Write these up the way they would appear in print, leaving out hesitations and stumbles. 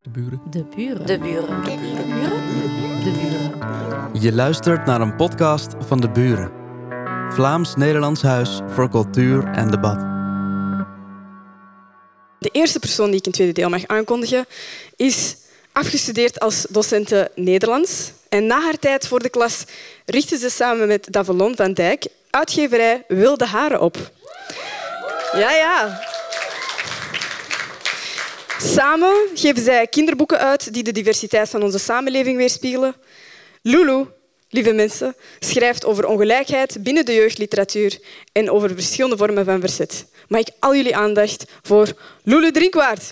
De buren. De buren. De buren. De buren. De buren. Je luistert naar een podcast van De Buren. Vlaams-Nederlands huis voor cultuur en debat. De eerste persoon die ik in het tweede deel mag aankondigen is afgestudeerd als docente Nederlands. En na haar tijd voor de klas richtte ze samen met Davelon van Dijk uitgeverij Wilde Haren op. Ja. Samen geven zij kinderboeken uit die de diversiteit van onze samenleving weerspiegelen. Lulu, lieve mensen, schrijft over ongelijkheid binnen de jeugdliteratuur en over verschillende vormen van verzet. Mag ik al jullie aandacht voor Lulu Drinkwaard.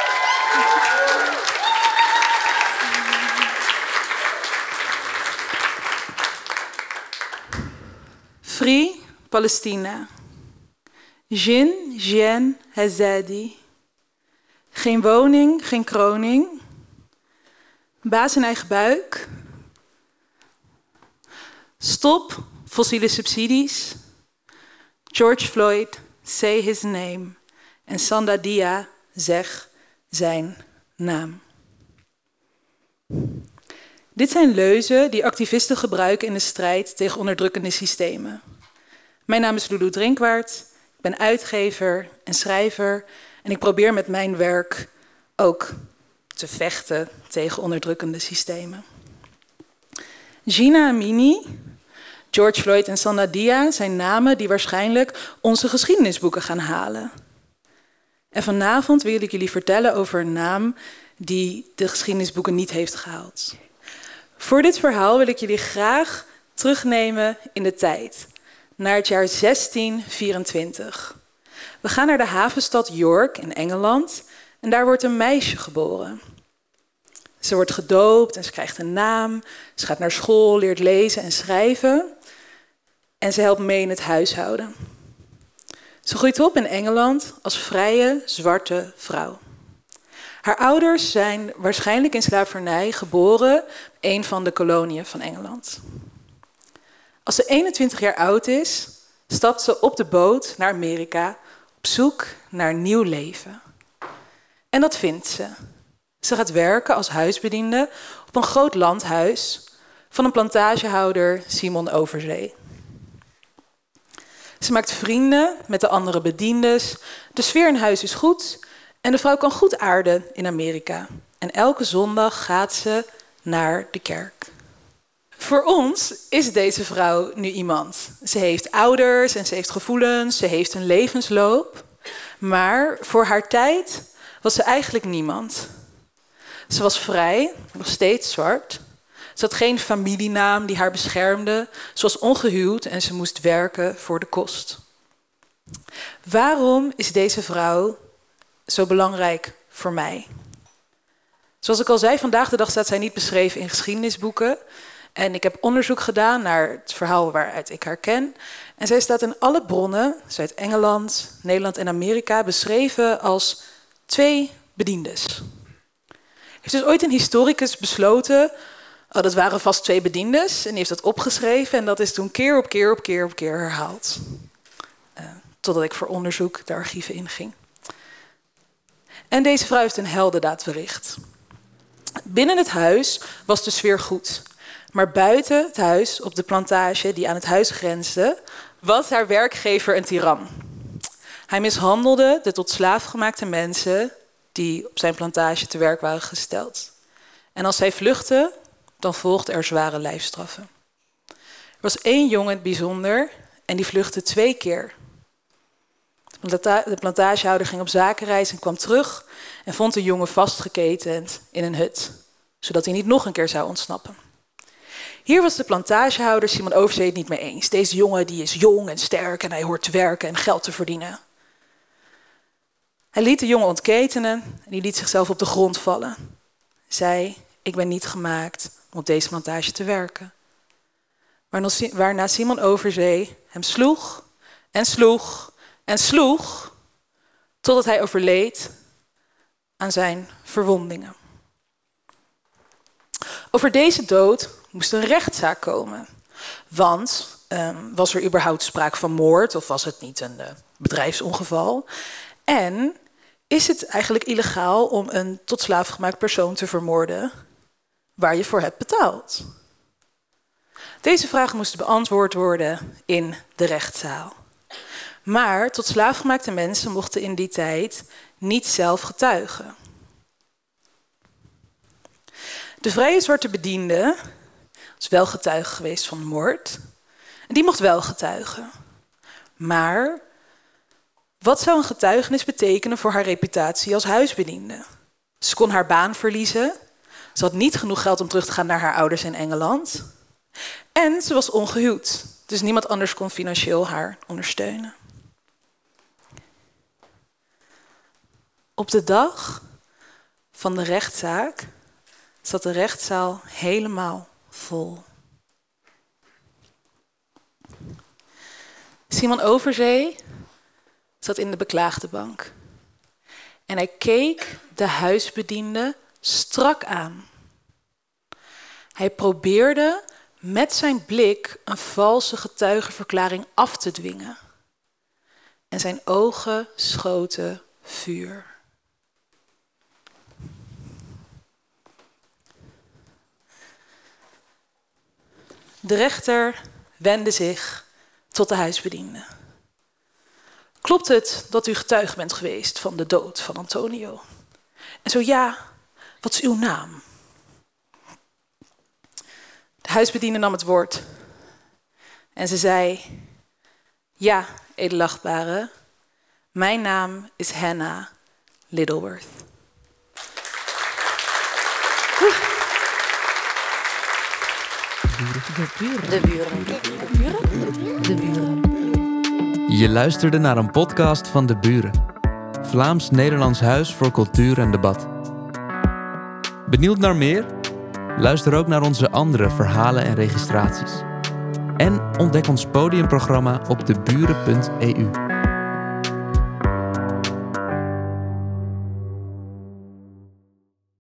Free Palestina. Jin, Jien, Hazadi. Geen woning, geen kroning. Baas in eigen buik. Stop fossiele subsidies. George Floyd, say his name. En Sandadia, zeg zijn naam. Dit zijn leuzen die activisten gebruiken in de strijd tegen onderdrukkende systemen. Mijn naam is Lulu Drinkwaard. Ik ben uitgever en schrijver. En ik probeer met mijn werk ook te vechten tegen onderdrukkende systemen. Jina Amini, George Floyd en Sandadia zijn namen die waarschijnlijk onze geschiedenisboeken gaan halen. En vanavond wil ik jullie vertellen over een naam die de geschiedenisboeken niet heeft gehaald. Voor dit verhaal wil ik jullie graag terugnemen in de tijd, naar het jaar 1624. We gaan naar de havenstad York in Engeland en daar wordt een meisje geboren. Ze wordt gedoopt en ze krijgt een naam. Ze gaat naar school, leert lezen en schrijven. En ze helpt mee in het huishouden. Ze groeit op in Engeland als vrije, zwarte vrouw. Haar ouders zijn waarschijnlijk in slavernij geboren in een van de koloniën van Engeland. Als ze 21 jaar oud is, stapt ze op de boot naar Amerika op zoek naar een nieuw leven. En dat vindt ze. Ze gaat werken als huisbediende op een groot landhuis van een plantagehouder Simon Overzee. Ze maakt vrienden met de andere bediendes. De sfeer in huis is goed en de vrouw kan goed aarden in Amerika. En elke zondag gaat ze naar de kerk. Voor ons is deze vrouw nu iemand. Ze heeft ouders en ze heeft gevoelens, ze heeft een levensloop. Maar voor haar tijd was ze eigenlijk niemand. Ze was vrij, nog steeds zwart. Ze had geen familienaam die haar beschermde. Ze was ongehuwd en ze moest werken voor de kost. Waarom is deze vrouw zo belangrijk voor mij? Zoals ik al zei, vandaag de dag staat zij niet beschreven in geschiedenisboeken. En ik heb onderzoek gedaan naar het verhaal waaruit ik haar ken. En zij staat in alle bronnen, dus uit Engeland, Nederland en Amerika, beschreven als 2 bediendes. Heeft dus ooit een historicus besloten, dat waren vast 2 bediendes, en die heeft dat opgeschreven en dat is toen keer op keer herhaald. Totdat ik voor onderzoek de archieven inging. En deze vrouw heeft een heldendaad verricht. Binnen het huis was de sfeer goed. Maar buiten het huis, op de plantage die aan het huis grensde, was haar werkgever een tiran. Hij mishandelde de tot slaaf gemaakte mensen die op zijn plantage te werk waren gesteld. En als zij vluchtten, dan volgden er zware lijfstraffen. Er was 1 jongen in het bijzonder en die vluchtte 2 keer. De plantagehouder ging op zakenreis en kwam terug en vond de jongen vastgeketend in een hut, zodat hij niet nog een keer zou ontsnappen. Hier was de plantagehouder Simon Overzee het niet mee eens. Deze jongen die is jong en sterk en hij hoort te werken en geld te verdienen. Hij liet de jongen ontketenen en die liet zichzelf op de grond vallen. Zei, ik ben niet gemaakt om op deze plantage te werken. Waarna Simon Overzee hem sloeg en sloeg en sloeg, totdat hij overleed aan zijn verwondingen. Over deze dood moest een rechtszaak komen. Want was er überhaupt sprake van moord of was het niet een bedrijfsongeval? En is het eigenlijk illegaal om een tot slaaf gemaakt persoon te vermoorden waar je voor hebt betaald? Deze vragen moesten beantwoord worden in de rechtszaal. Maar tot slaafgemaakte mensen mochten in die tijd niet zelf getuigen. De vrije zwarte bediende is wel getuige geweest van de moord. En die mocht wel getuigen. Maar wat zou een getuigenis betekenen voor haar reputatie als huisbediende? Ze kon haar baan verliezen. Ze had niet genoeg geld om terug te gaan naar haar ouders in Engeland. En ze was ongehuwd. Dus niemand anders kon financieel haar ondersteunen. Op de dag van de rechtszaak zat de rechtszaal helemaal vol. Simon Overzee zat in de beklaagdenbank. En hij keek de huisbediende strak aan. Hij probeerde met zijn blik een valse getuigenverklaring af te dwingen. En zijn ogen schoten vuur. De rechter wendde zich tot de huisbediende. Klopt het dat u getuige bent geweest van de dood van Antonio? En zo ja, wat is uw naam? De huisbediende nam het woord. En ze zei: ja, edelachtbare, mijn naam is Hannah Littleworth. De buren. Je luisterde naar een podcast van De Buren. Vlaams-Nederlands Huis voor Cultuur en Debat. Benieuwd naar meer? Luister ook naar onze andere verhalen en registraties. En ontdek ons podiumprogramma op deburen.eu.